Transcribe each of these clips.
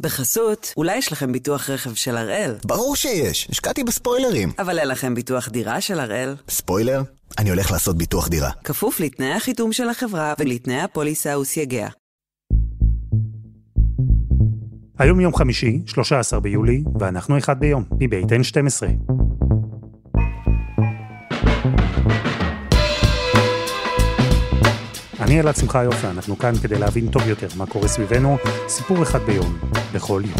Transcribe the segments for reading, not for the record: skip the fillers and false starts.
בחסות, אולי יש לכם ביטוח רכב של הראל? ברור שיש, השקעתי בספוילרים. אבל אין לכם ביטוח דירה של הראל? ספוילר? אני הולך לעשות ביטוח דירה. כפוף לתנאי החיתום של החברה ולתנאי הפוליסה וסייגיה. היום יום חמישי, 13 ביולי, ואנחנו אחד ביום, מבית N12. אני אלעד שמחה יופי, אנחנו כאן כדי להבין טוב יותר מה קורה סביבנו, סיפור אחד ביום, בכל יום.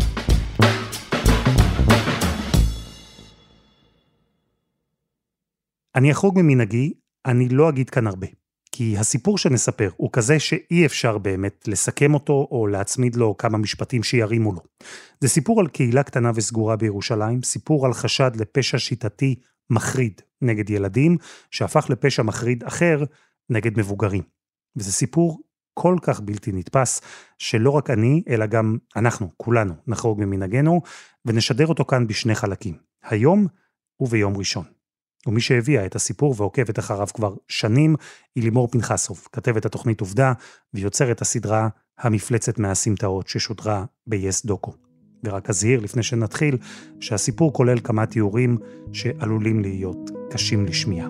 אני אחרוג ממנהגי, אני לא אגיד כאן הרבה, כי הסיפור שנספר הוא כזה שאי אפשר באמת לסכם אותו או להצמיד לו כמה משפטים שירימו לו. זה סיפור על קהילה קטנה וסגורה בירושלים, סיפור על חשד לפשע שיטתי מחריד נגד ילדים, שהפך לפשע מחריד אחר נגד מבוגרים. וזה סיפור כל כך בלתי נתפס, שלא רק אני, אלא גם אנחנו, כולנו, נחרוג ממנהגנו, ונשדר אותו כאן בשני חלקים, היום וביום ראשון. ומי שהביאה את הסיפור ועוקבת אחריו כבר שנים, היא לימור פנחסוב, כתבת התוכנית עובדה, ויוצרת הסדרה המפלצת מהסמטאות ששודרה ב-yes דוקו. ורק אזהיר לפני שנתחיל, שהסיפור כולל כמה תיאורים שעלולים להיות קשים לשמיעה.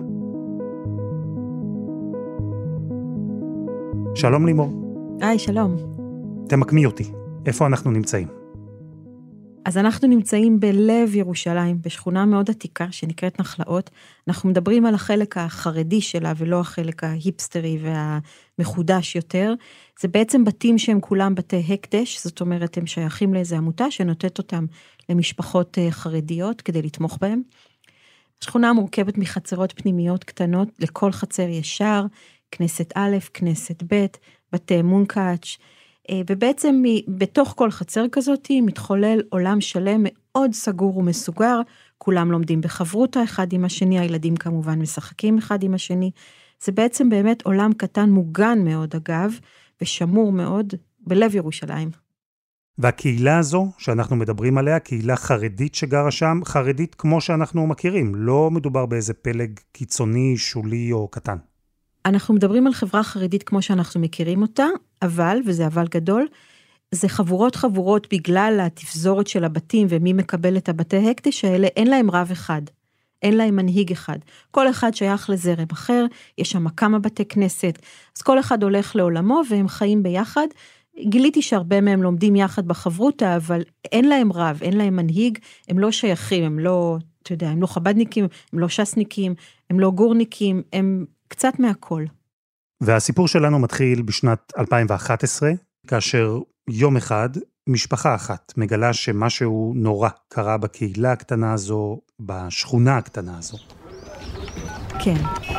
שלום לימור. היי, שלום. תמקמי אותי, איפה אנחנו נמצאים? אז אנחנו נמצאים בלב ירושלים, בשכונה מאוד עתיקה שנקראת נחלאות. אנחנו מדברים על החלק החרדי שלה ולא החלק ההיפסטרי והמחודש יותר. זה בעצם בתים שהם כולם בתי הקדש, זאת אומרת הם שייכים לאיזו עמותה שנותנת אותם למשפחות חרדיות כדי לתמוך בהם. השכונה מורכבת מחצרות פנימיות קטנות, לכל חצר יש שער, כנסת א', כנסת ב', בתי מונקאץ', ובעצם בתוך כל חצר כזאת מתחולל עולם שלם מאוד סגור ומסוגר, כולם לומדים בחברותה אחד עם השני, הילדים כמובן משחקים אחד עם השני, זה בעצם באמת עולם קטן מוגן מאוד אגב, ושמור מאוד בלב ירושלים. והקהילה הזו שאנחנו מדברים עליה, קהילה חרדית שגרה שם, חרדית כמו שאנחנו מכירים, לא מדובר באיזה פלג קיצוני, שולי או קטן. אנחנו מדברים על חברה חרדית כמו שאנחנו מכירים אותה, אבל, וזה אבל גדול, זה חבורות בגלל התפזורת של הבתים ומי מקבל את הבתי הקדש האלה, אין להם רב אחד, אין להם מנהיג אחד. כל אחד שייך לזרם אחר, יש שם כמה בתי כנסת, אז כל אחד הולך לעולמו והם חיים ביחד. גיליתי שהרבה מהם לומדים יחד בחברותה, אבל אין להם רב, אין להם מנהיג, הם לא שייכים, הם לא, אתה יודע, הם לא חבדניקים, הם לא שסניקים, הם לא גורניקים, הם קצת מהכל. והסיפור שלנו מתחיל בשנת 2011, כאשר יום אחד, משפחה אחת מגלה שמשהו נורא קרה בקהילה הקטנה הזו, בשכונה הקטנה הזו. כן.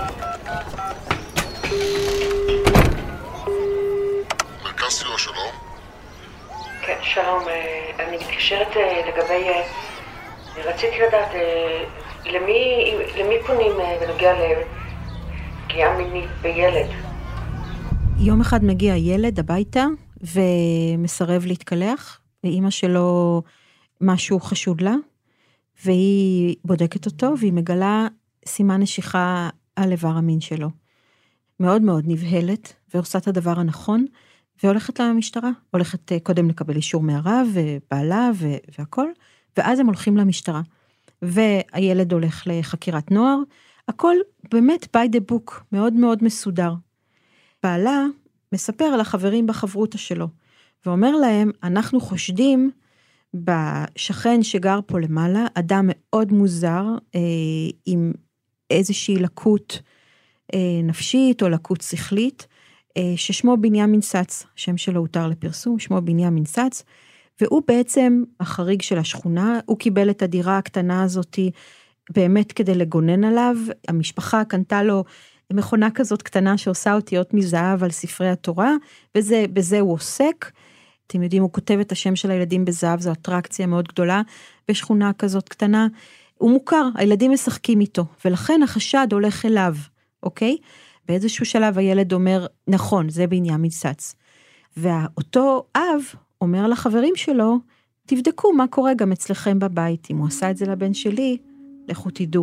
מרכז סיוע, שלום. כן, שלום. אני מתקשרת לגבי... רציתי לדעת, למי פונים בנוגע לפגיעה מינית בילד? יום אחד מגיע ילד הביתה ומסרב להתקלח, ואמא שלו משהו חשוד לה, והיא בודקת אותו והיא מגלה סימן נשיכה על איבר המין שלו. מאוד מאוד נבהלת ועושה את הדבר הנכון, והולכת למשטרה. הולכת קודם לקבל אישור מהרב ובעלה והכל, ואז הם הולכים למשטרה. והילד הולך לחקירת נוער, הכל באמת by the book, מאוד מאוד מסודר. בעלה מספר על החברים בחברותה שלו, ואומר להם, אנחנו חושדים בשכן שגר פה למעלה, אדם מאוד מוזר, עם איזושהי לקות נפשית או לקות שכלית, ששמו בנימין סץ, השם שלו הותר לפרסום, שמו בנימין סץ, והוא בעצם החריג של השכונה, הוא קיבל את הדירה הקטנה הזאת באמת כדי לגונן עליו, המשפחה קנתה לו מכונה כזאת קטנה שעושה אותיות מזהב על ספרי התורה, ובזה הוא עוסק, אתם יודעים, הוא כותב את השם של הילדים בזהב, זו אטרקציה מאוד גדולה בשכונה כזאת קטנה, הוא מוכר, הילדים משחקים איתו, ולכן החשד הולך אליו, אוקיי? באיזשהו שלב הילד אומר, נכון, זה בנימין סץ, ואותו אב אומר לחברים שלו, תבדקו מה קורה גם אצלכם בבית, אם הוא עשה את זה לבן שלי, לכו תדעו.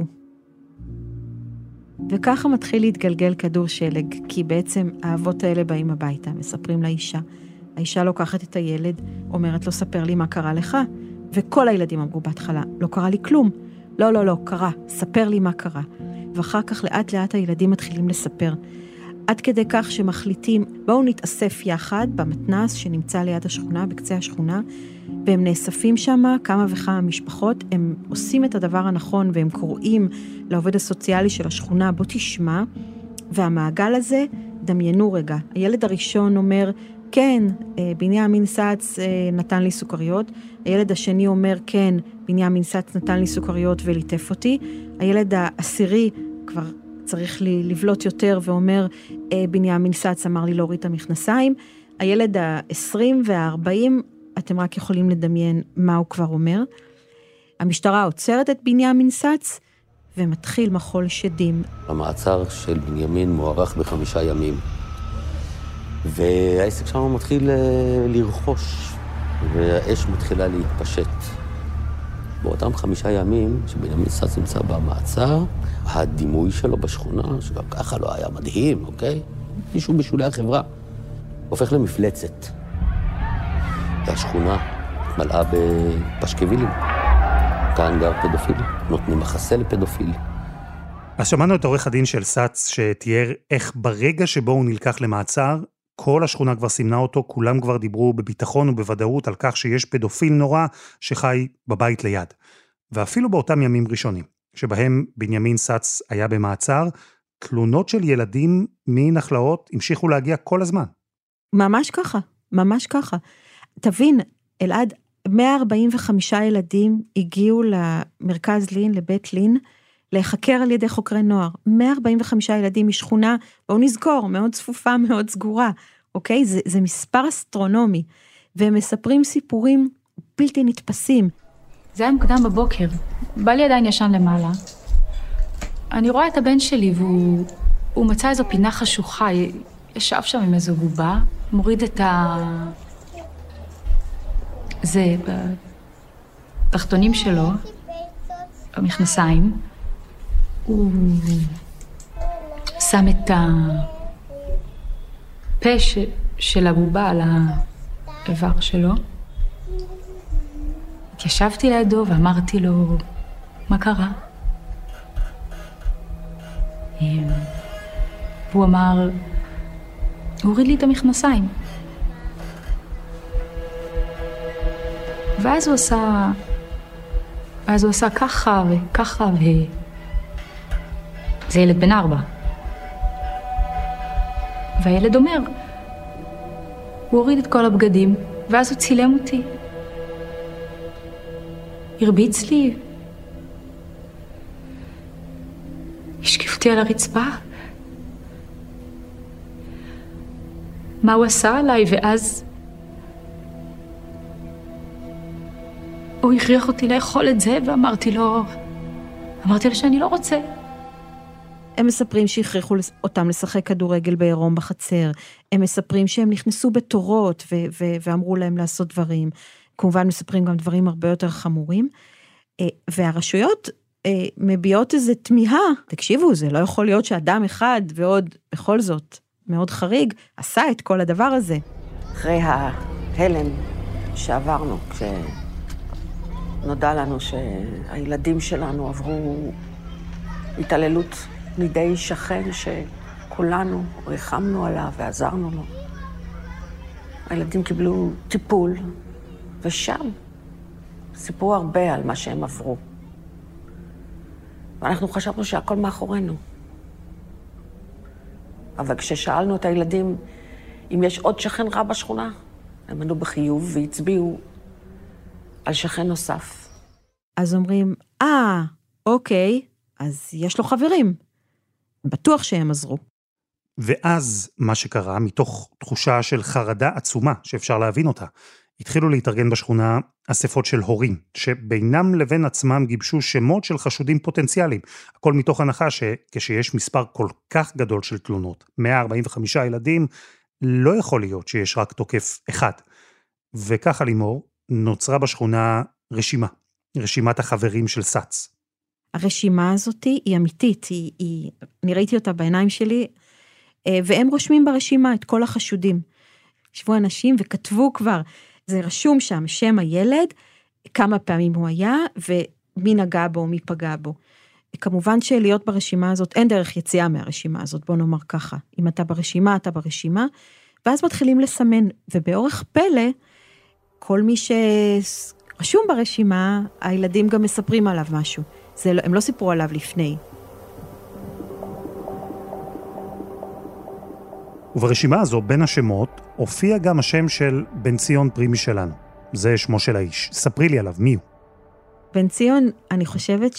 וככה מתחיל להתגלגל כדור שלג, כי בעצם האבות האלה באים הביתה, מספרים לאישה, האישה לוקחת את הילד, אומרת לו, ספר לי מה קרה לך, וכל הילדים אמרו בהתחלה, לא קרה לי כלום. לא, קרה, ספר לי מה קרה. ואחר כך לאט לאט הילדים מתחילים לספר. עד כדי כך שמחליטים, בואו נתאסף יחד במתנס שנמצא ליד השכונה, בקצה השכונה, והם נאספים שם כמה וכמה משפחות, הם עושים את הדבר הנכון, והם קוראים לעובד הסוציאלי של השכונה, בוא תשמע, והמעגל הזה, דמיינו רגע. הילד הראשון אומר, כן, בנימין סץ נתן לי סוכריות, הילד השני אומר, כן, בנימין סץ נתן לי סוכריות וליטף אותי, הילד העשירי כבר צריך לי לבלוט יותר ואומר, בנימין סץ אמר לי להוריד את המכנסיים, הילד ה-20 וה-40, אתם רק יכולים לדמיין מה הוא כבר אומר. המשטרה עוצרת את בנימין סץ, ומתחיל מחול שדים. המעצר של בנימין מוארך ב5 ימים, והעסק שם מתחיל לרחוש, והאש מתחילה להתפשט. באותם 5 ימים שבנימין סץ נמצא במעצר, הדימוי שלו בשכונה, שגם ככה לא היה מדהים, אוקיי? מישהו בשולי החברה, הופך למפלצת. והשכונה מלאה בפשקווילים. כאן גר פדופיל, נותנים מחסה לפדופיל. אז שמענו את עורך הדין של סץ שתיאר איך ברגע שבו הוא נלקח למעצר, כל השכונה כבר סימנה אותו, כולם כבר דיברו בביטחון ובוודאות על כך שיש פדופיל נורא שחי בבית ליד. ואפילו באותם ימים ראשונים, שבהם בנימין סץ היה במעצר, תלונות של ילדים מנחלאות המשיכו להגיע כל הזמן. ממש ככה, ממש ככה. תבין, אלעד, 145 ילדים הגיעו למרכז לין, לבית לין, להיחקר על ידי חוקרי נוער. 145 ילדים משכונה, בואו נזכור, מאוד צפופה, מאוד סגורה, אוקיי? זה מספר אסטרונומי, והם מספרים סיפורים בלתי נתפסים. זה היה מוקדם בבוקר, בא לי עדיין ישן למעלה. אני רואה את הבן שלי, והוא מצא איזו פינה חשוכה, ישב שם עם איזו גובה, מוריד את זה בתחתונים שלו, במכנסיים, הוא שם את הפה של הגובה על האיבר שלו. התיישבתי לידו ואמרתי לו, מה קרה? והוא אמר, הוא הוריד לי את המכנסיים. ואז הוא עשה ככה וככה זה ילד בן 4. והילד אומר, הוא הוריד את כל הבגדים, ואז הוא צילם אותי. הרביץ לי. השקיף אותי על הרצפה. מה הוא עשה עליי, ואז הוא הכריח אותי לאכול את זה, ואמרתי לו שאני לא רוצה. הם מספרים שהכריחו אותם לשחק כדורגל בעירום בחצר, הם מספרים שהם נכנסו בתורות ואמרו להם לעשות דברים, כמובן מספרים גם דברים הרבה יותר חמורים, והרשויות מביעות איזו תמיהה, תקשיבו, זה לא יכול להיות שאדם אחד ועוד בכל זאת מאוד חריג, עשה את כל הדבר הזה. אחרי ההלם שעברנו, כשנודע לנו שהילדים שלנו עברו התעללות מידי שכן שכולנו ריחמנו עליו ועזרנו לו. הילדים קיבלו טיפול, ושם סיפרו הרבה על מה שהם עברו. ואנחנו חשבנו שהכל מאחורינו. אבל כששאלנו את הילדים אם יש עוד שכן רע בשכונה, הם ענו בחיוב והצביעו על שכן נוסף. אז אומרים, אוקיי, אז יש לו חברים. בטוח שהם עזרו. ואז מה שקרה, מתוך תחושה של חרדה עצומה, שאפשר להבין אותה, התחילו להתארגן בשכונה אספות של הורים, שבינם לבין עצמם גיבשו שמות של חשודים פוטנציאליים. הכל מתוך הנחה שכשיש מספר כל כך גדול של תלונות, 145 ילדים, לא יכול להיות שיש רק תוקף אחד. וככה לימור, נוצרה בשכונה רשימת החברים של סץ. הרשימה הזאת היא אמיתית, אני ראיתי אותה בעיניים שלי, והם רושמים ברשימה את כל החשודים. ישבו אנשים וכתבו כבר, זה רשום שם, שם הילד, כמה פעמים הוא היה, ומי נגע בו, מי פגע בו. כמובן שלהיות ברשימה הזאת, אין דרך יציאה מהרשימה הזאת, בוא נאמר ככה, אם אתה ברשימה, אתה ברשימה, ואז מתחילים לסמן, ובאורך פלא, כל מי שרשום ברשימה, הילדים גם מספרים עליו משהו. הם לא סיפרו עליו לפני. וברשימה הזו, בין השמות, הופיע גם השם של בן ציון פרימי שלנו. זה שמו של האיש. ספרי לי עליו, מי הוא? בן ציון, אני חושבת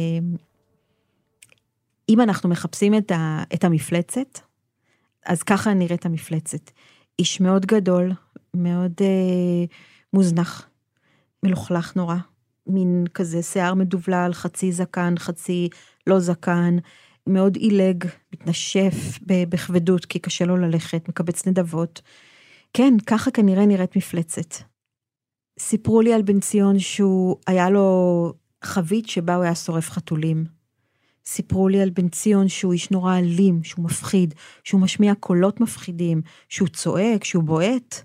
אם אנחנו מחפשים את המפלצת, אז ככה נראית המפלצת. איש מאוד גדול, מאוד מוזנח, מלוכלך נורא, מין כזה שיער מדובלל, חצי זקן, חצי לא זקן, מאוד אילג, מתנשף בכבדות, כי קשה לו ללכת, מקבץ נדבות. כן, ככה כנראה נראית מפלצת. סיפרו לי על בן ציון שהוא היה לו חבית שבה הוא היה שורף חתולים. סיפרו לי על בן ציון שהוא איש נורא אלים, שהוא מפחיד, שהוא משמיע קולות מפחידים, שהוא צועק, שהוא בועט,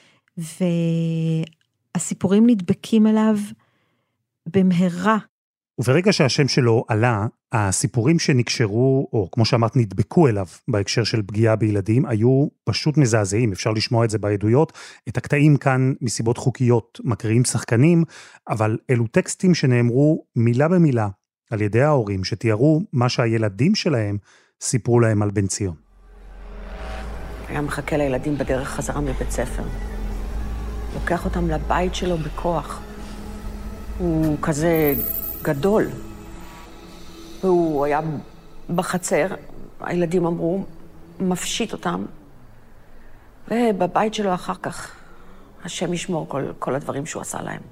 והסיפורים נדבקים אליו במהרה. וברגע שהשם שלו עלה, הסיפורים שנקשרו, או כמו שאמרת, נדבקו אליו בהקשר של פגיעה בילדים, היו פשוט מזעזעים, אפשר לשמוע את זה בעדויות, את הקטעים כאן מסיבות חוקיות מקריאים שחקנים, אבל אלו טקסטים שנאמרו מילה במילה, על ידי ההורים שתיארו מה שהילדים שלהם סיפרו להם על בן ציון. היה מחכה לילדים בדרך חזרה מבית ספר. לוקח אותם לבית שלו בכוח. הוא כזה גדול. והוא היה בחצר, הילדים אמרו, מפשיט אותם. ובבית שלו אחר כך, השם ישמור כל הדברים שהוא עשה להם.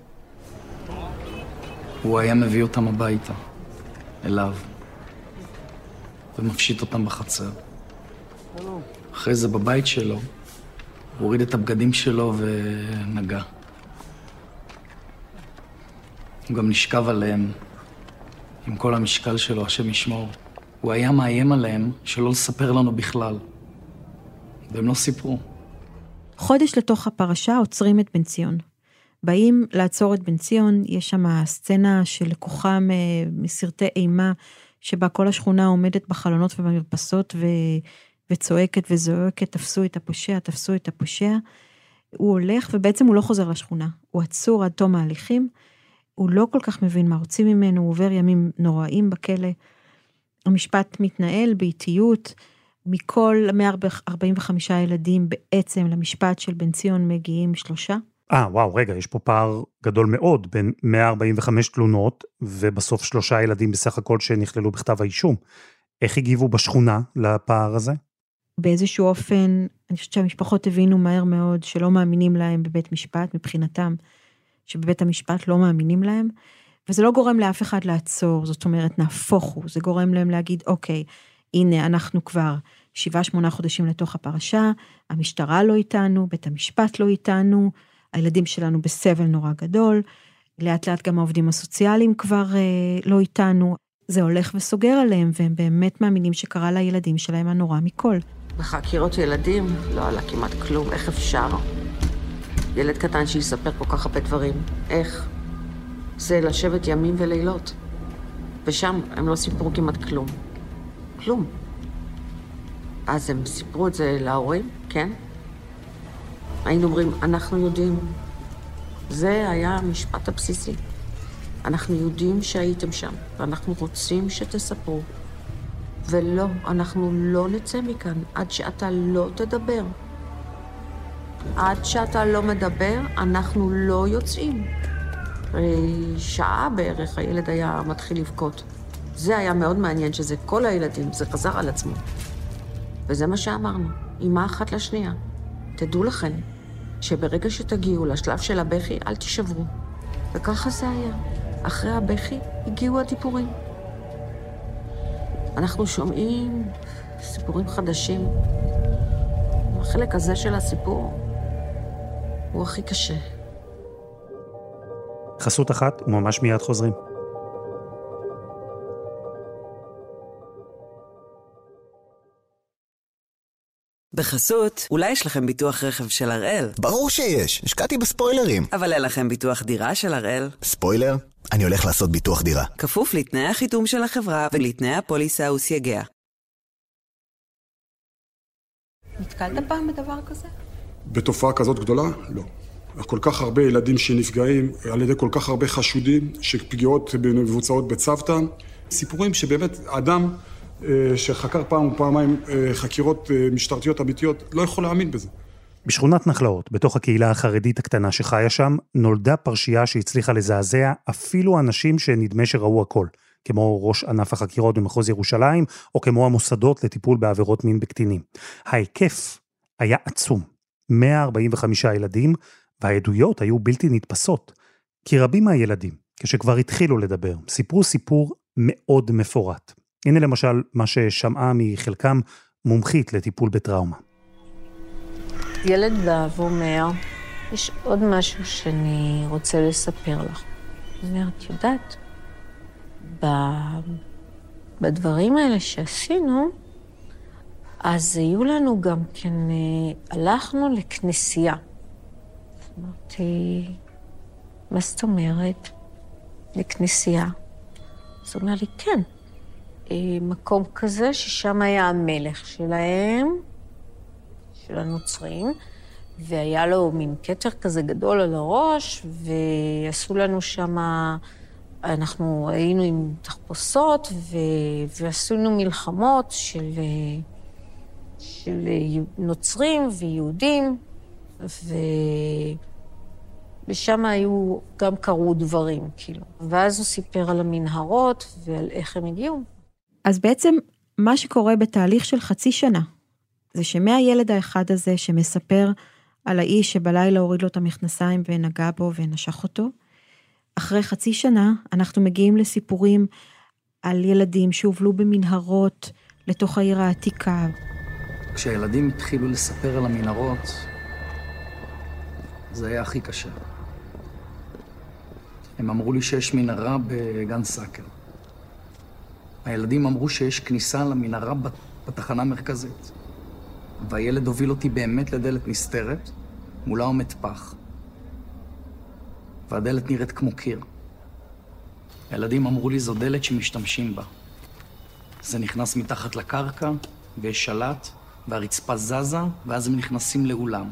הוא היה מביא אותם הביתה, אליו, ומפשיט אותם בחצר. אחרי זה בבית שלו, הוא הוריד את הבגדים שלו ונגע. הוא גם נשכב עליהם, עם כל המשקל שלו, השם ישמור. הוא היה מאיים עליהם שלא לספר לנו בכלל. והם לא סיפרו. חודש לתוך הפרשה עוצרים את בן ציון. באים לעצור את בן ציון, יש שם סצנה שלקוחה מסרטי אימה, שבה כל השכונה עומדת בחלונות ובמרפסות וצועקת וזועקת, תפסו את הפושע, תפסו את הפושע. הוא הולך ובעצם הוא לא חוזר לשכונה. הוא עצור עד תום ההליכים, הוא לא כל כך מבין מה רוצים ממנו, הוא עובר ימים נוראים בכלא. המשפט מתנהל באיטיות, מכל 145 ילדים בעצם למשפט של בן ציון מגיעים 3. וואו, רגע, יש פה פער גדול מאוד בין 145 תלונות, ובסוף 3 ילדים בסך הכל שנכללו בכתב האישום. איך הגיבו בשכונה לפער הזה? באיזשהו אופן, אני חושבת שהמשפחות הבינו מהר מאוד שלא מאמינים להם בבית משפט, מבחינתם, שבבית המשפט לא מאמינים להם, וזה לא גורם לאף אחד לעצור, זאת אומרת, נהפוך הוא, זה גורם להם להגיד, אוקיי, הנה, אנחנו כבר 7-8 חודשים לתוך הפרשה, המשטרה לא איתנו, בית המשפט לא איתנו, הילדים שלנו בסבל נורא גדול, לאט לאט גם העובדים הסוציאליים כבר לא איתנו, זה הולך וסוגר עליהם, והם באמת מאמינים שקרה לילדים שלהם הנורא מכל. בחקירות ילדים לא עלה כמעט כלום, איך אפשר? ילד קטן שיספר כל כך הרבה דברים, איך? זה לשבת ימים ולילות. ושם הם לא סיפרו כמעט כלום. כלום. אז הם סיפרו את זה להורים, כן? היינו אומרים, אנחנו יודעים. זה היה המשפט הבסיסי. אנחנו יודעים שהייתם שם, ואנחנו רוצים שתספרו. ולא, אנחנו לא נצא מכאן עד שאתה לא תדבר. עד שאתה לא מדבר, אנחנו לא יוצאים. שעה בערך הילד היה מתחיל לבכות. זה היה מאוד מעניין שזה כל הילדים, זה חזר על עצמו. וזה מה שאמרנו, אימה אחת לשנייה. תדעו לכם, שברגע שתגיעו לשלב של הבכי, אל תשברו. וככה זה היה. אחרי הבכי הגיעו הדיבורים. אנחנו שומעים סיפורים חדשים. החלק הזה של הסיפור הוא הכי קשה. חסות אחת וממש מיד חוזרים. בחסות, אולי יש לכם ביטוח רכב של הראל. ברור שיש, השקעתי בספוילרים. אבל אין לכם ביטוח דירה של הראל. ספוילר? אני הולך לעשות ביטוח דירה. כפוף לתנאי החיתום של החברה ולתנאי הפוליסה וסייגיה. נתקלת פעם בדבר כזה? בתופעה כזאת גדולה? לא. כל כך הרבה ילדים שנפגעים על ידי כל כך הרבה חשודים, שפגיעות מבוצעות בצוותא, סיפורים שבאמת אדם שחקר פעם ופעמיים חקירות משטרתיות אמיתיות, לא יכול להאמין בזה. בשכונת נחלאות, בתוך הקהילה החרדית הקטנה שחיה שם, נולדה פרשייה שהצליחה לזעזע אפילו אנשים שנדמה שראו הכל, כמו ראש ענף החקירות במחוז ירושלים, או כמו המוסדות לטיפול בעבירות מין בקטינים. ההיקף היה עצום, 145 ילדים, והעדויות היו בלתי נתפסות, כי רבים מהילדים, כשכבר התחילו לדבר, סיפרו סיפור מאוד מפורט. הנה למשל מה ששמעה מחלקם מומחית לטיפול בטראומה. ילד בא ואומר, יש עוד משהו שאני רוצה לספר לך. אני אומרת, יודעת, בדברים האלה שעשינו, אז היו לנו גם כן, הלכנו לכנסייה. אמרתי, מה זאת אומרת? לכנסייה. אז הוא אומר לי, כן. מקום כזה ששם היה המלך שלהם, של הנוצרים, והיה לו מין כתר כזה גדול על הראש, ועשו לנו שם, אנחנו היינו עם תחפושות, ועשינו מלחמות של נוצרים ויהודים, ושם היו, גם קרו דברים, כאילו. ואז הוא סיפר על המנהרות ועל איך הם הגיעו. אז בעצם מה שקורה בתהליך של חצי שנה, זה שמהילד האחד הזה שמספר על האיש שבלילה הוריד לו את המכנסיים ונגע בו ונשך אותו, אחרי חצי שנה אנחנו מגיעים לסיפורים על ילדים שהובלו במנהרות לתוך העיר העתיקה. כשהילדים התחילו לספר על המנהרות, זה היה הכי קשה. הם אמרו לי שיש מנהרה בגן סאקר. הילדים אמרו שיש כניסה למנהרה בתחנה המרכזית. והילד הוביל אותי באמת לדלת נסתרת, מולה עומד פח. והדלת נראית כמו קיר. הילדים אמרו לי, זו דלת שמשתמשים בה. זה נכנס מתחת לקרקע, ויש שלט, והרצפה זזה, ואז הם נכנסים לאולם.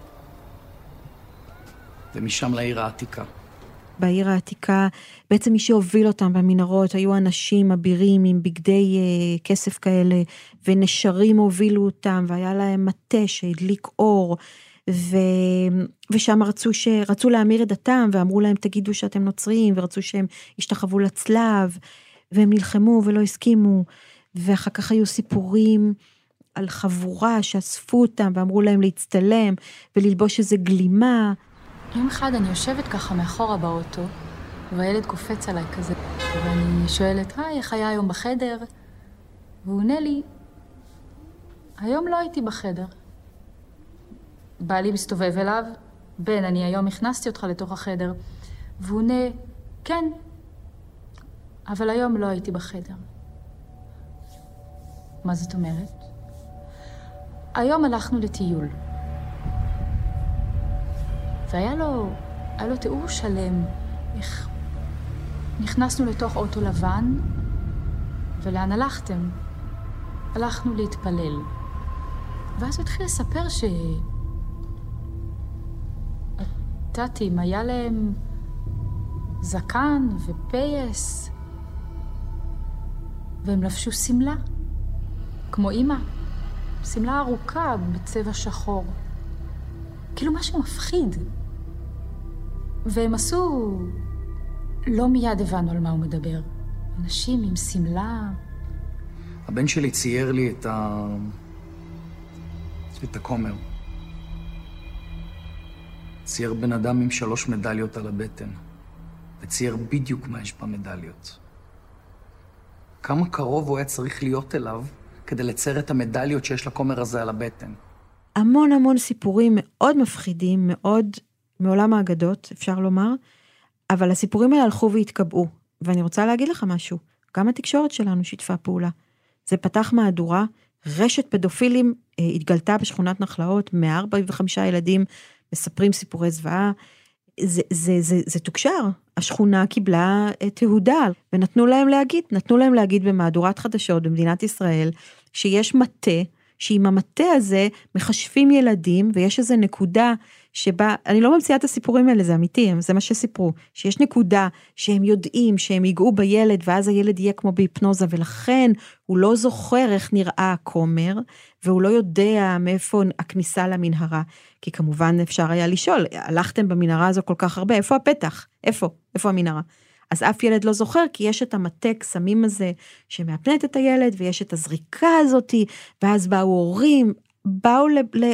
ומשם לעיר העתיקה. בעיר העתיקה, בעצם מי שהוביל אותם במנהרות, היו אנשים אבירים עם בגדי כסף כאלה, ונשרים הובילו אותם, והיה להם מטה שהדליק אור, ושם רצו להמיר את דתם, ואמרו להם תגידו שאתם נוצרים, ורצו שהם ישתחוו לצלב, והם נלחמו ולא הסכימו, ואחר כך היו סיפורים על חבורה שאספו אותם, ואמרו להם להצטלם, וללבוש איזה גלימה. יום אחד אני יושבת ככה מאחורה באוטו, והילד קופץ עליי כזה, ואני שואלת, איך היה היום בחדר? והוא עונה לי, היום לא הייתי בחדר. בעלי מסתובב אליו, בן, אני היום הכנסתי אותך לתוך החדר. והוא עונה, כן, אבל היום לא הייתי בחדר. מה זאת אומרת? היום הלכנו לטיול. והיה לו תיאור שלם, איך נכנסנו לתוך אוטו לבן, ולאן הלכתם? הלכנו להתפלל. ואז הוא התחיל לספר התתים, היה להם זקן ופייס, והם לבשו סמלה, כמו אמא, סמלה ארוכה בצבע שחור. כאילו משהו מפחיד. והם עשו, לא מיד הבנו על מה הוא מדבר. אנשים עם סמלה. הבן שלי צייר לי את הכומר. צייר בן אדם עם 3 מדליות על הבטן. וצייר בדיוק מה יש במדליות. כמה קרוב הוא היה צריך להיות אליו כדי לצייר את המדליות שיש לכומר הזה על הבטן. המון המון סיפורים מאוד מפחידים, מאוד מעולם האגדות, אפשר לומר, אבל הסיפורים האלה הלכו והתקבעו, ואני רוצה להגיד לך משהו, גם התקשורת שלנו שיתפה פעולה. זה פתח מהדורה, רשת פדופילים התגלתה בשכונת נחלאות, 145 ילדים מספרים סיפורי זוועה, זה תוקשר, השכונה קיבלה תהודה, ונתנו להם להגיד במהדורת חדשות במדינת ישראל, שיש מטה, שעם המטה הזה מחשפים ילדים, ויש איזו נקודה שבה, אני לא ממציאה את הסיפורים האלה, זה אמיתי, זה מה שסיפרו, שיש נקודה שהם יודעים שהם ייגעו בילד, ואז הילד יהיה כמו בהיפנוזה, ולכן הוא לא זוכר איך נראה הכומר, והוא לא יודע מאיפה הכניסה למנהרה, כי כמובן אפשר היה לשאול, הלכתם במנהרה הזו כל כך הרבה, איפה הפתח? איפה המנהרה? אז אף ילד לא זוכר, כי יש את המטה קסמים הזה, שמאפנת את הילד, ויש את הזריקה הזאת, ואז באו הורים, באו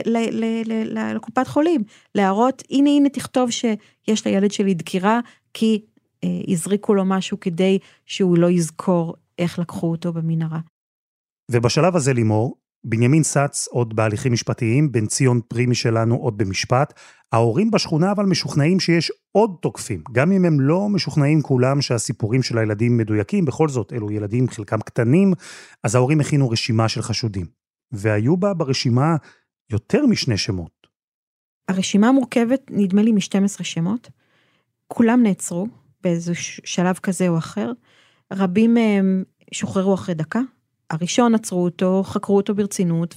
לקופת חולים, להראות, הנה תכתוב שיש לילד שלי דקירה, כי יזריקו לו משהו כדי שהוא לא יזכור איך לקחו אותו במנהרה. ובשלב הזה לימור, בנימין סץ עוד בהליכים משפטיים, בן ציון פרימי שלנו עוד במשפט, ההורים בשכונה אבל משוכנעים שיש עוד תוקפים, גם אם הם לא משוכנעים כולם שהסיפורים של הילדים מדויקים, בכל זאת אלו ילדים חלקם קטנים, אז ההורים הכינו רשימה של חשודים, והיו בה ברשימה יותר משני שמות. הרשימה מורכבת נדמה לי מ-12 שמות, כולם נעצרו באיזה שלב כזה או אחר, רבים מהם שוחררו אחרי דקה, הראשון עצרו אותו, חקרו אותו ברצינות,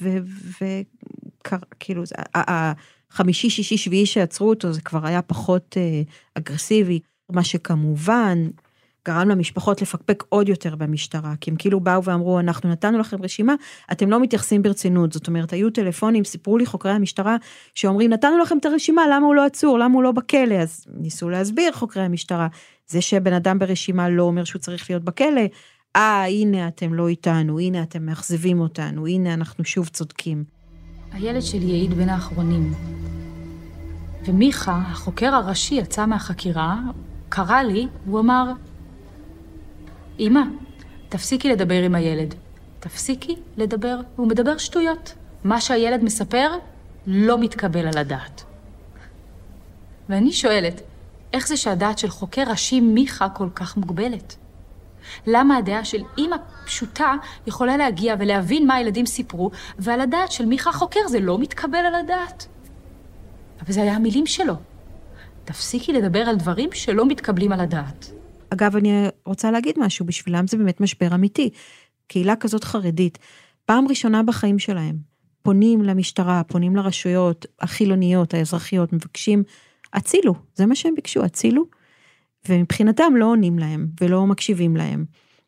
וכאילו, החמישי, שישי, שביעי שעצרו אותו, זה כבר היה פחות אגרסיבי, מה שכמובן גרם למשפחות לפקפק עוד יותר במשטרה, כי הם כאילו באו ואמרו, אנחנו נתנו לכם רשימה, אתם לא מתייחסים ברצינות, זאת אומרת, היו טלפונים, סיפרו לי חוקרי המשטרה, שאומרים, נתנו לכם את הרשימה, למה הוא לא עצור, למה הוא לא בכלא, אז ניסו להסביר חוקרי המשטרה, זה שבן אדם ברשימה לא אומר שהוא צריך להיות בכלא, הנה אתם לא איתנו, הנה אתם מאכזבים אותנו, הנה אנחנו שוב צודקים. הילד שלי העיד בין האחרונים. ומיכה, החוקר הראשי, יצא מהחקירה, קרא לי, הוא אמר, אמא, תפסיקי לדבר עם הילד. תפסיקי לדבר, הוא מדבר שטויות. מה שהילד מספר לא מתקבל על הדעת. ואני שואלת, איך זה שהדעת של חוקר ראשי מיכה כל כך מוגבלת? למה הדעה של אמא פשוטה יכולה להגיע ולהבין מה הילדים סיפרו, ועל הדעת של מיכה חוקר זה לא מתקבל על הדעת? אבל זה היה המילים שלו. תפסיקי לדבר על דברים שלא מתקבלים על הדעת. אגב, אני רוצה להגיד משהו, בשבילם זה באמת משבר אמיתי. קהילה כזאת חרדית, פעם ראשונה בחיים שלהם, פונים למשטרה, פונים לרשויות החילוניות, האזרחיות, מבקשים, הצילו, זה מה שהם ביקשו, הצילו, ומבחינתם לא עונים להם, ולא מקשיבים להם,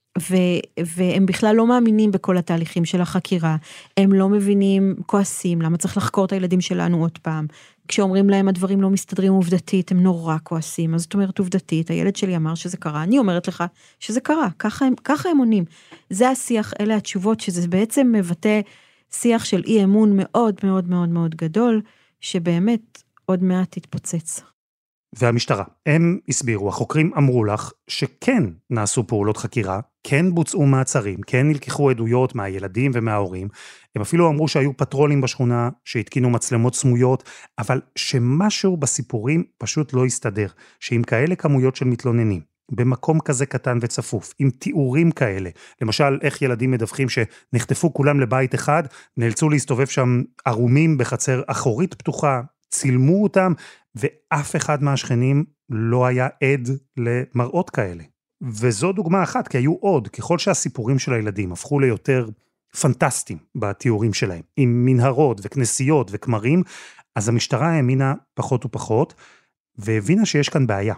והם בכלל לא מאמינים בכל התהליכים של החקירה, הם לא מבינים, כועסים, למה צריך לחקור את הילדים שלנו עוד פעם, כשאומרים להם הדברים לא מסתדרים עובדתית, הם נורא כועסים, אז זאת אומרת עובדתית, הילד שלי אמר שזה קרה, אני אומרת לך שזה קרה, ככה הם עונים, זה השיח, אלה התשובות, שזה בעצם מבטא שיח של אי אמון מאוד מאוד מאוד מאוד גדול, שבאמת עוד מעט תתפוצץ. והמשטרה, הם הסבירו, החוקרים אמרו לך שכן נעשו פעולות חקירה, כן בוצעו מעצרים, כן נלקחו עדויות מהילדים ומההורים, הם אפילו אמרו שהיו פטרולים בשכונה, שהתקינו מצלמות סמויות, אבל שמשהו בסיפורים פשוט לא הסתדר, שעם כאלה כמויות של מתלוננים, במקום כזה קטן וצפוף, עם תיאורים כאלה, למשל איך ילדים מדווחים שנחטפו כולם לבית אחד, נאלצו להסתובב שם ערומים בחצר אחורית פתוחה, צילמו אותם, ואף אחד מהשכנים לא היה עד למראות כאלה. וזו דוגמה אחת, כי היו עוד, ככל שהסיפורים של הילדים הפכו ליותר פנטסטיים בתיאורים שלהם, עם מנהרות וכנסיות וכמרים, אז המשטרה האמינה פחות ופחות, והבינה שיש כאן בעיה.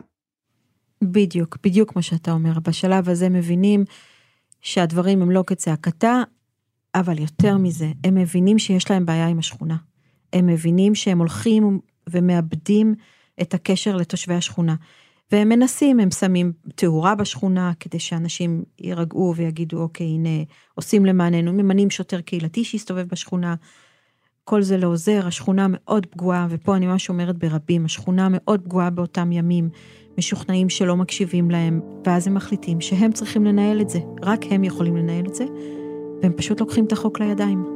בדיוק כמו שאתה אומר, בשלב הזה מבינים שהדברים הם לא כצעקתה, אבל יותר מזה, הם מבינים שיש להם בעיה עם השכונה. הם מבינים שהם הולכים ומאבדים את הקשר לתושבי השכונה. והם מנסים, הם שמים תאורה בשכונה, כדי שאנשים יירגעו ויגידו, אוקיי, הנה, עושים למעננו, ממנים שוטר קהילתי שיסתובב בשכונה, כל זה לא עוזר, השכונה מאוד פגועה, ופה אני ממש אומרת ברבים, השכונה מאוד פגועה באותם ימים, משוכנעים שלא מקשיבים להם, ואז הם מחליטים שהם צריכים לנהל את זה, רק הם יכולים לנהל את זה, והם פשוט לוקחים את החוק לידיים.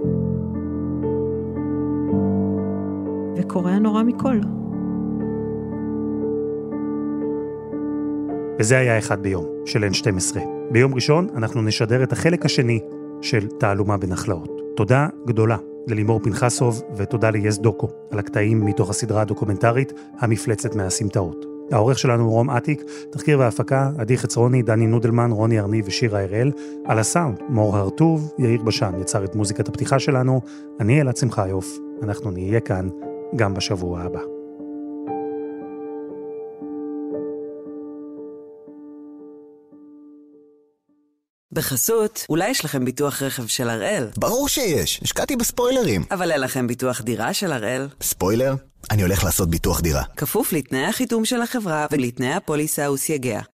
וקורה נורא מכל. וזה היה אחד ביום של N12. ביום ראשון אנחנו נשדר את החלק השני של תעלומה בנחלאות. תודה גדולה ללימור פנחסוב ותודה ליס דוקו על הקטעים מתוך הסדרה הדוקומנטרית המפלצת מהסמטאות. העורך שלנו הוא רום עתיק, תחקיר והפקה עדי חצרוני, דני נודלמן, רוני ארני ושירה הראל. על הסאונד מור הרטוב, יאיר בשן יצר את מוזיקת הפתיחה שלנו. אני אלעד שמחיוף, אנחנו נהיה כאן גם בשבוע הבא. בחסות, אולי יש לכם ביטוח רכב של הראל? ברור שיש, השקעתי בספוילרים. אבל אין לכם ביטוח דירה של הראל? ספוילר? אני הולך לעשות ביטוח דירה. כפוף לתנאי החיתום של החברה ולתנאי הפוליסה וסייגיה.